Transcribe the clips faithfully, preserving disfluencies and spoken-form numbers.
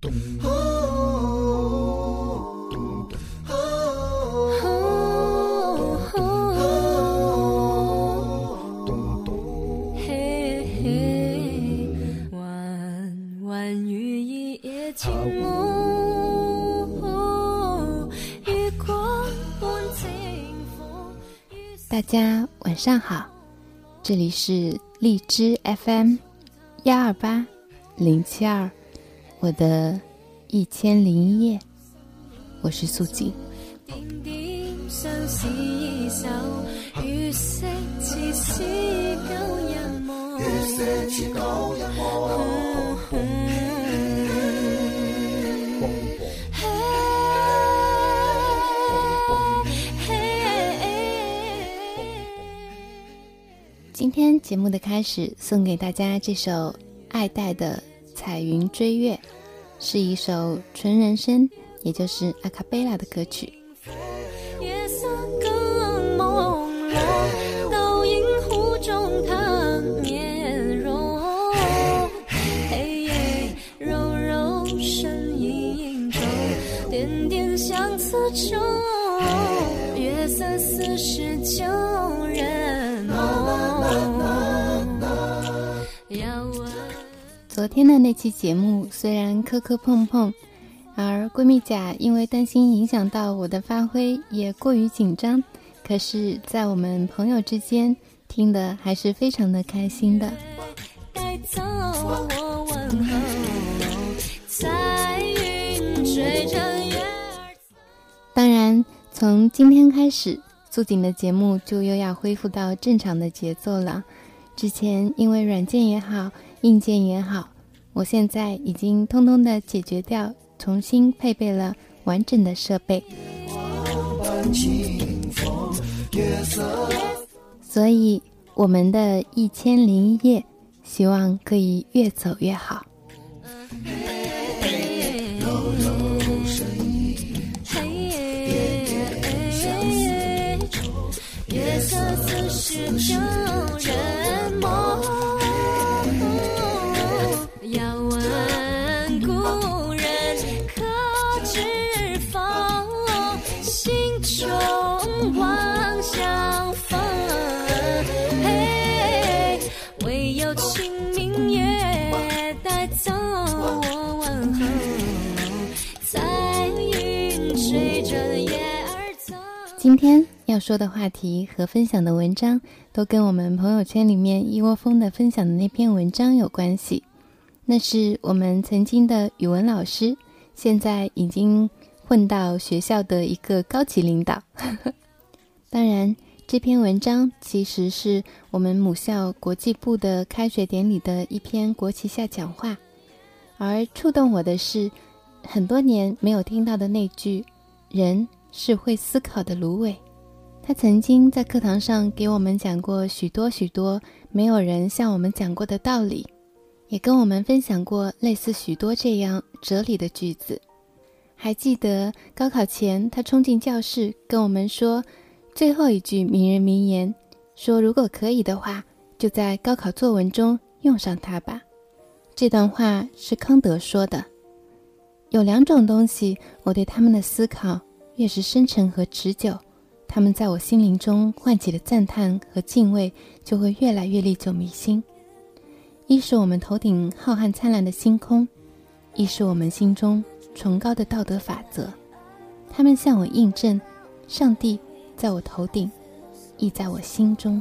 大家晚上好，这里是荔枝 F M 幺二八零七二，我的一千零一夜，我是素锦。今天节目的开始，送给大家这首爱戴的《彩云追月》，是一首纯人声，也就是阿卡贝拉的歌曲。 夜色更朦胧，倒映湖中她面容，黑夜柔柔身影中，点点相思中，月色似是旧人梦。 昨天的那期节目虽然磕磕碰碰，而闺蜜甲因为担心影响到我的发挥也过于紧张，可是在我们朋友之间听得还是非常的开心的。 带走我问候，彩云追着月儿走。 当然从今天开始，素锦的节目就又要恢复到正常的节奏了。之前因为软件也好硬件也好，我现在已经通通的解决掉，重新配备了完整的设备，所以我们的一千零一夜希望可以越走越好。 月色似是旧人梦，要问故人可知否，心中望相逢，嘿，唯有清明月带走我问候，彩云追着月儿走。 今天要说的话题和分享的文章都跟我们朋友圈里面一窝蜂的分享的那篇文章有关系。那是我们曾经的语文老师，现在已经混到学校的一个高级领导当然这篇文章其实是我们母校国际部的开学典礼的一篇国旗下讲话，而触动我的是很多年没有听到的那句人是会思考的芦苇。他曾经在课堂上给我们讲过许多许多没有人向我们讲过的道理，也跟我们分享过类似许多这样哲理的句子。还记得高考前他冲进教室跟我们说最后一句名人名言，说如果可以的话就在高考作文中用上它吧。这段话是康德说的。有两种东西，我对他们的思考越是深沉和持久，他们在我心灵中唤起的赞叹和敬畏就会越来越历久弥新。一是我们头顶浩瀚灿烂的星空，一是我们心中崇高的道德法则。他们向我印证，上帝在我头顶，亦在我心中。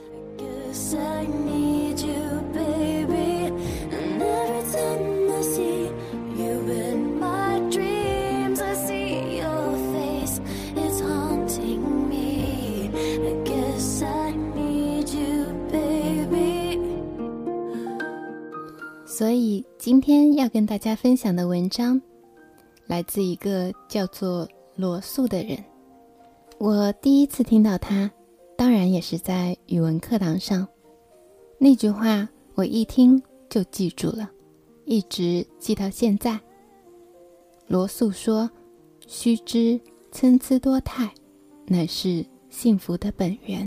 所以今天要跟大家分享的文章来自一个叫做罗素的人。我第一次听到他，当然也是在语文课堂上。那句话我一听就记住了，一直记到现在。罗素说，须知参差多态，乃是幸福的本源。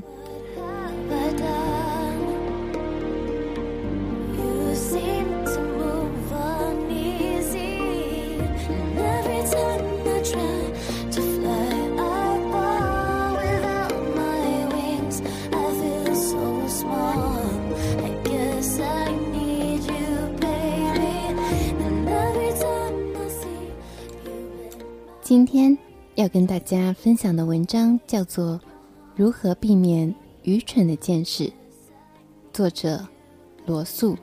今天要跟大家分享的文章叫做《如何避免愚蠢的见识》，作者罗素。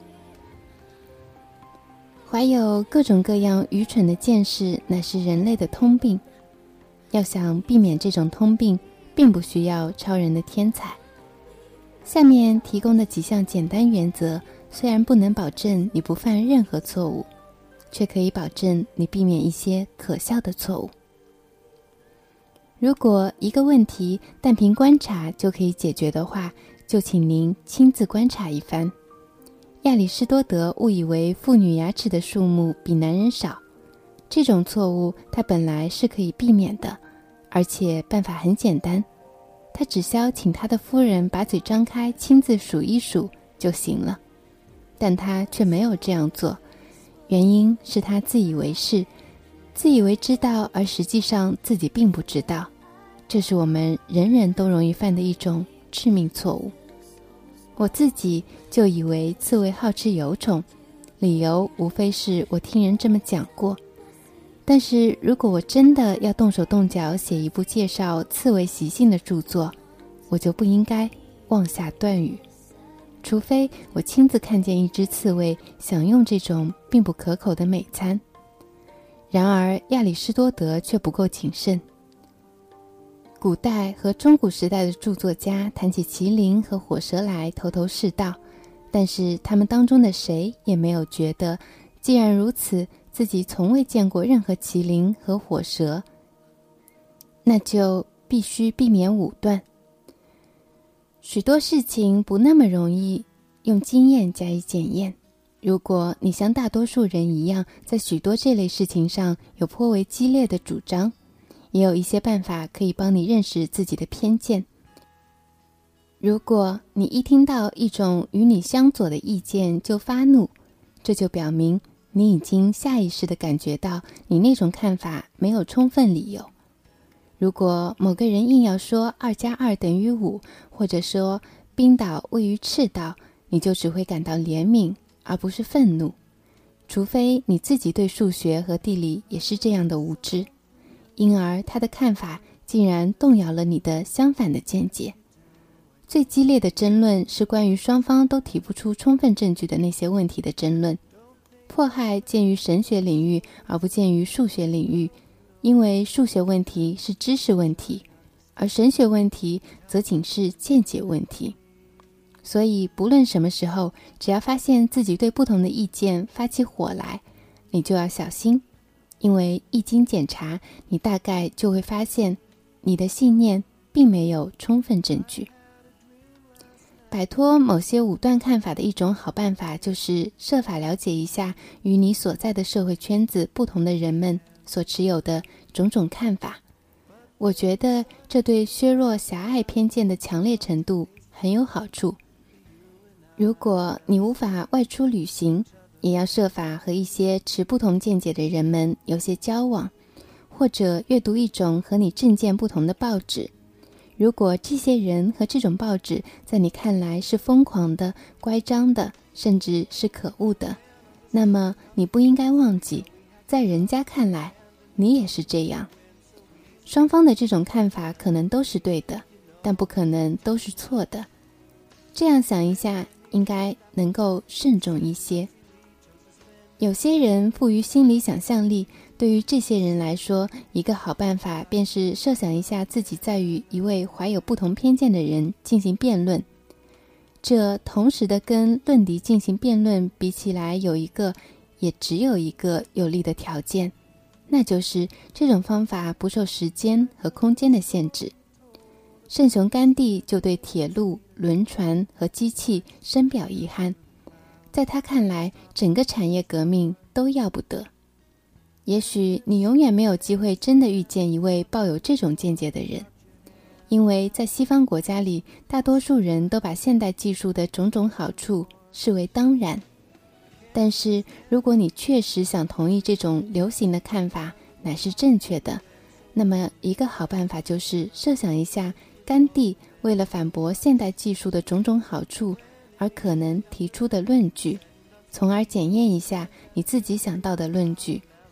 怀有各种各样愚蠢的见识乃是人类的通病，要想避免这种通病，并不需要超人的天才。下面提供的几项简单原则，虽然不能保证你不犯任何错误，却可以保证你避免一些可笑的错误。如果一个问题单凭观察就可以解决的话，就请您亲自观察一番。亚里士多德误以为妇女牙齿的数目比男人少，这种错误他本来是可以避免的，而且办法很简单，他只需要请他的夫人把嘴张开亲自数一数就行了。但他却没有这样做，原因是他自以为是，自以为知道，而实际上自己并不知道。这是我们人人都容易犯的一种致命错误。我自己就以为刺猬好吃油虫，理由无非是我听人这么讲过。但是如果我真的要动手动脚写一部介绍刺猬习性的著作，我就不应该妄下断语，除非我亲自看见一只刺猬享用这种并不可口的美餐。然而亚里士多德却不够谨慎。古代和中古时代的著作家谈起麒麟和火蛇来头头是道，但是他们当中的谁也没有觉得，既然如此，自己从未见过任何麒麟和火蛇，那就必须避免武断。许多事情不那么容易用经验加以检验。如果你像大多数人一样，在许多这类事情上有颇为激烈的主张，也有一些办法可以帮你认识自己的偏见。如果你一听到一种与你相左的意见就发怒，这就表明你已经下意识地感觉到你那种看法没有充分理由。如果某个人硬要说二加二等于五，或者说冰岛位于赤道，你就只会感到怜悯而不是愤怒，除非你自己对数学和地理也是这样的无知，因而他的看法竟然动摇了你的相反的见解。最激烈的争论是关于双方都提不出充分证据的那些问题的争论。迫害见于神学领域而不见于数学领域，因为数学问题是知识问题，而神学问题则仅是见解问题。所以不论什么时候，只要发现自己对不同的意见发起火来，你就要小心，因为一经检查，你大概就会发现你的信念并没有充分证据。摆脱某些武断看法的一种好办法，就是设法了解一下与你所在的社会圈子不同的人们所持有的种种看法。我觉得这对削弱狭隘偏见的强烈程度很有好处。如果你无法外出旅行，也要设法和一些持不同见解的人们有些交往，或者阅读一种和你政见不同的报纸。如果这些人和这种报纸在你看来是疯狂的、乖张的，甚至是可恶的，那么你不应该忘记，在人家看来，你也是这样。双方的这种看法可能都是对的，但不可能都是错的。这样想一下，应该能够慎重一些。有些人富于心理想象力，对于这些人来说，一个好办法便是设想一下自己在与一位怀有不同偏见的人进行辩论。这同时的跟论敌进行辩论比起来，有一个也只有一个有利的条件，那就是这种方法不受时间和空间的限制。圣雄甘地就对铁路、轮船和机器深表遗憾，在他看来，整个产业革命都要不得。也许你永远没有机会真的遇见一位抱有这种见解的人，因为在西方国家里，大多数人都把现代技术的种种好处视为当然。但是如果你确实想同意这种流行的看法乃是正确的，那么一个好办法就是设想一下甘地为了反驳现代技术的种种好处而可能提出的论据，从而检验一下你自己想到的论据。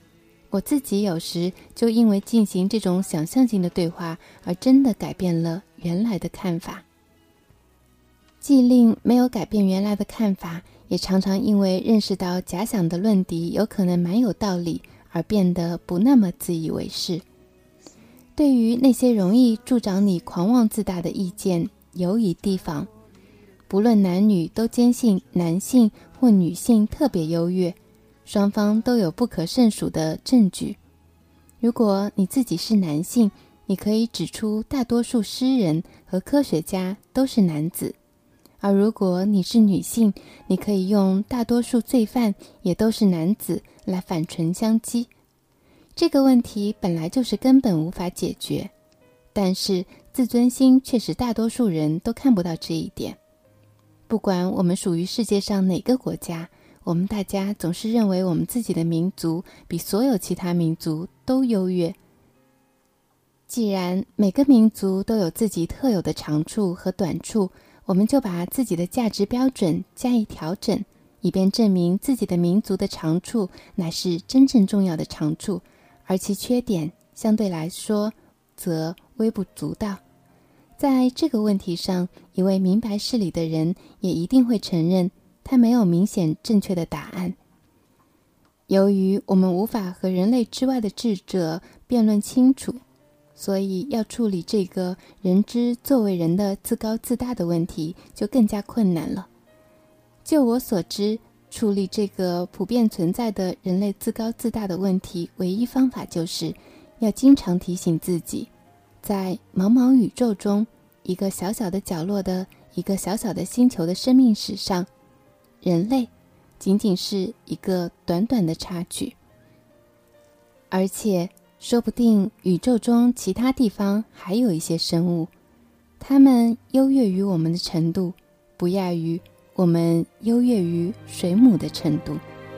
我自己有时就因为进行这种想象性的对话而真的改变了原来的看法。既令没有改变原来的看法，也常常因为认识到假想的论敌有可能蛮有道理，而变得不那么自以为是。对于那些容易助长你狂妄自大的意见，尤以提防。不论男女都坚信男性或女性特别优越，双方都有不可胜数的证据。如果你自己是男性，你可以指出大多数诗人和科学家都是男子，而如果你是女性，你可以用大多数罪犯也都是男子来反唇相讥。这个问题本来就是根本无法解决，但是自尊心却使大多数人都看不到这一点。不管我们属于世界上哪个国家，我们大家总是认为我们自己的民族比所有其他民族都优越。既然每个民族都有自己特有的长处和短处，我们就把自己的价值标准加以调整，以便证明自己的民族的长处乃是真正重要的长处，而其缺点相对来说则微不足道。在这个问题上，一位明白事理的人也一定会承认他没有明显正确的答案。由于我们无法和人类之外的智者辩论清楚，所以要处理这个人之作为人的自高自大的问题就更加困难了。就我所知，处理这个普遍存在的人类自高自大的问题，唯一方法就是要经常提醒自己，在茫茫宇宙中，一个小小的角落的一个小小的星球的生命史上，人类仅仅是一个短短的插曲。而且说不定宇宙中其他地方还有一些生物，它们优越于我们的程度，不亚于我们优越于水母的程度。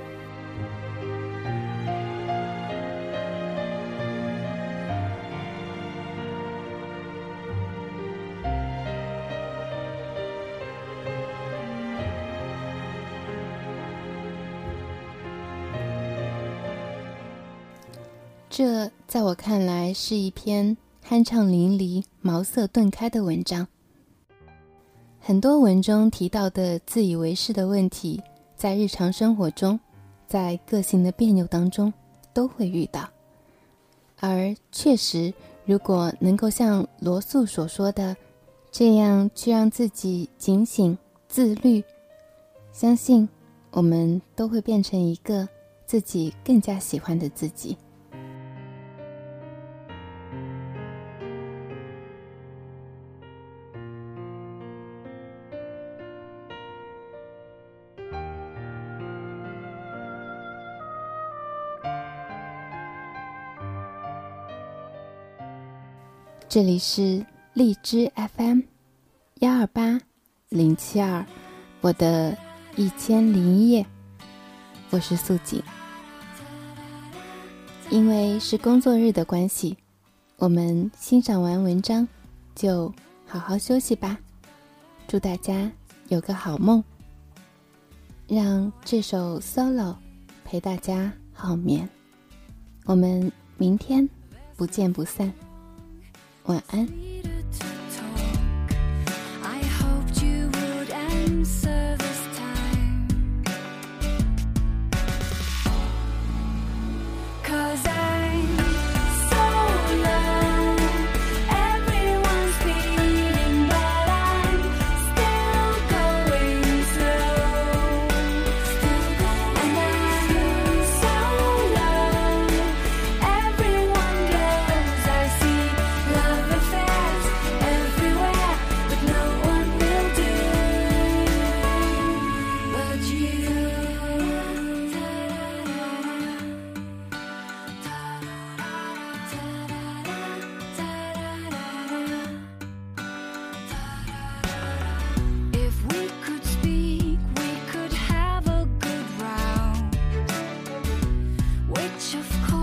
这在我看来是一篇酣畅淋漓、茅塞顿开的文章。很多文中提到的自以为是的问题，在日常生活中，在个性的别扭当中都会遇到。而确实，如果能够像罗素所说的，这样去让自己警醒、自律，相信我们都会变成一个自己更加喜欢的自己。这里是荔枝 F M 幺二八零七二，我的一千零一夜，我是素锦。因为是工作日的关系，我们欣赏完文章就好好休息吧。祝大家有个好梦，让这首 solo 陪大家好眠。我们明天不见不散。晚安。Of course